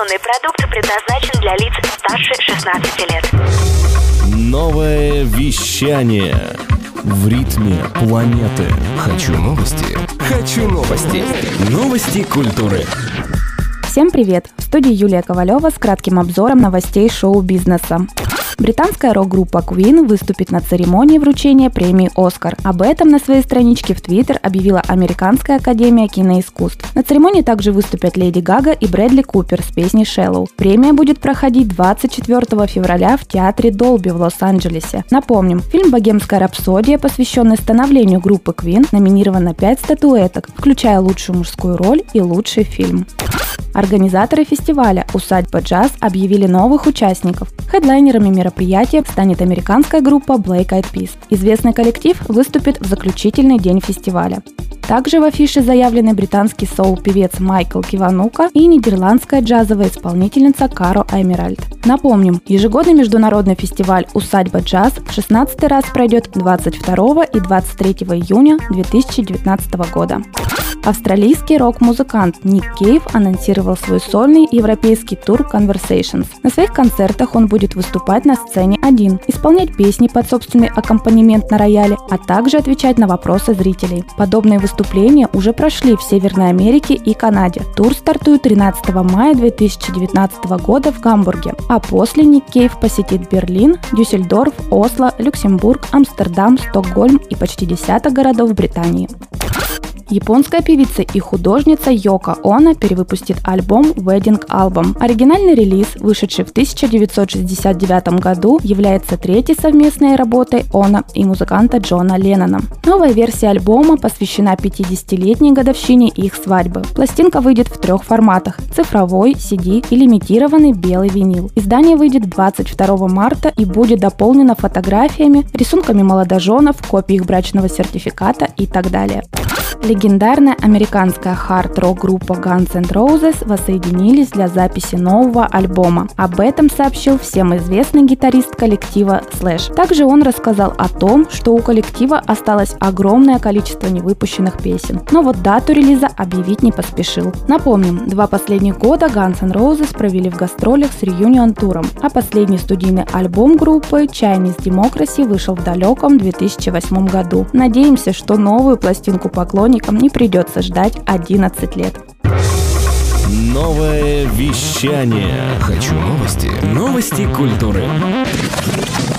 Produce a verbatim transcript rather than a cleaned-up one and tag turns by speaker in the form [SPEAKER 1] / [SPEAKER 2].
[SPEAKER 1] Информационный продукт предназначен для лиц старше шестнадцати лет.
[SPEAKER 2] Новое вещание в ритме планеты.
[SPEAKER 3] Хочу новости. Хочу новости. Новости культуры.
[SPEAKER 4] Всем привет! В студии Юлия Ковалева с кратким обзором новостей шоу-бизнеса. Британская рок-группа Queen выступит на церемонии вручения премии «Оскар». Об этом на своей страничке в Твиттер объявила Американская академия киноискусств. На церемонии также выступят Леди Гага и Брэдли Купер с песней «Shallow». Премия будет проходить двадцать четвёртого февраля в театре Долби в Лос-Анджелесе. Напомним, фильм «Богемская рапсодия», посвященный становлению группы Queen, номинирован на пять статуэток, включая лучшую мужскую роль и лучший фильм. Организаторы фестиваля «Усадьба Джаз» объявили новых участников. Хедлайнерами мероприятия станет американская группа Black Eyed Peas. Известный коллектив выступит в заключительный день фестиваля. Также в афише заявлены британский соул-певец Майкл Киванука и нидерландская джазовая исполнительница Каро Эмеральд. Напомним, ежегодный международный фестиваль «Усадьба Джаз» в шестнадцатый раз пройдет двадцать второго и двадцать третьего июня две тысячи девятнадцатого года. Австралийский рок-музыкант Ник Кейв анонсировал свой сольный европейский тур Conversations. На своих концертах он будет выступать на сцене один, исполнять песни под собственный аккомпанемент на рояле, а также отвечать на вопросы зрителей. Подобные выступления уже прошли в Северной Америке и Канаде. Тур стартует тринадцатого мая две тысячи девятнадцатого года в Гамбурге, а после Ник Кейв посетит Берлин, Дюссельдорф, Осло, Люксембург, Амстердам, Стокгольм и почти десяток городов Британии. Японская певица и художница Йоко Оно перевыпустит альбом Wedding Album. Оригинальный релиз, вышедший в тысяча девятьсот шестьдесят девятом году, является третьей совместной работой Оно и музыканта Джона Леннона. Новая версия альбома посвящена пятидесятилетней годовщине их свадьбы. Пластинка выйдет в трех форматах – цифровой, си ди и лимитированный белый винил. Издание выйдет двадцать второго марта и будет дополнено фотографиями, рисунками молодоженов, копией их брачного сертификата и так далее. Легендарная американская хард-рок-группа Guns N' Roses воссоединились для записи нового альбома. Об этом сообщил всем известный гитарист коллектива Slash. Также он рассказал о том, что у коллектива осталось огромное количество невыпущенных песен, но вот дату релиза объявить не поспешил. Напомним, два последних года Guns N' Roses провели в гастролях с реюнион-туром, а последний студийный альбом группы Chinese Democracy вышел в далеком две тысячи восьмом году. Надеемся, что новую пластинку поклонникам не придется ждать одиннадцать лет.
[SPEAKER 2] Новое вещание.
[SPEAKER 3] Хочу новости. Новости культуры.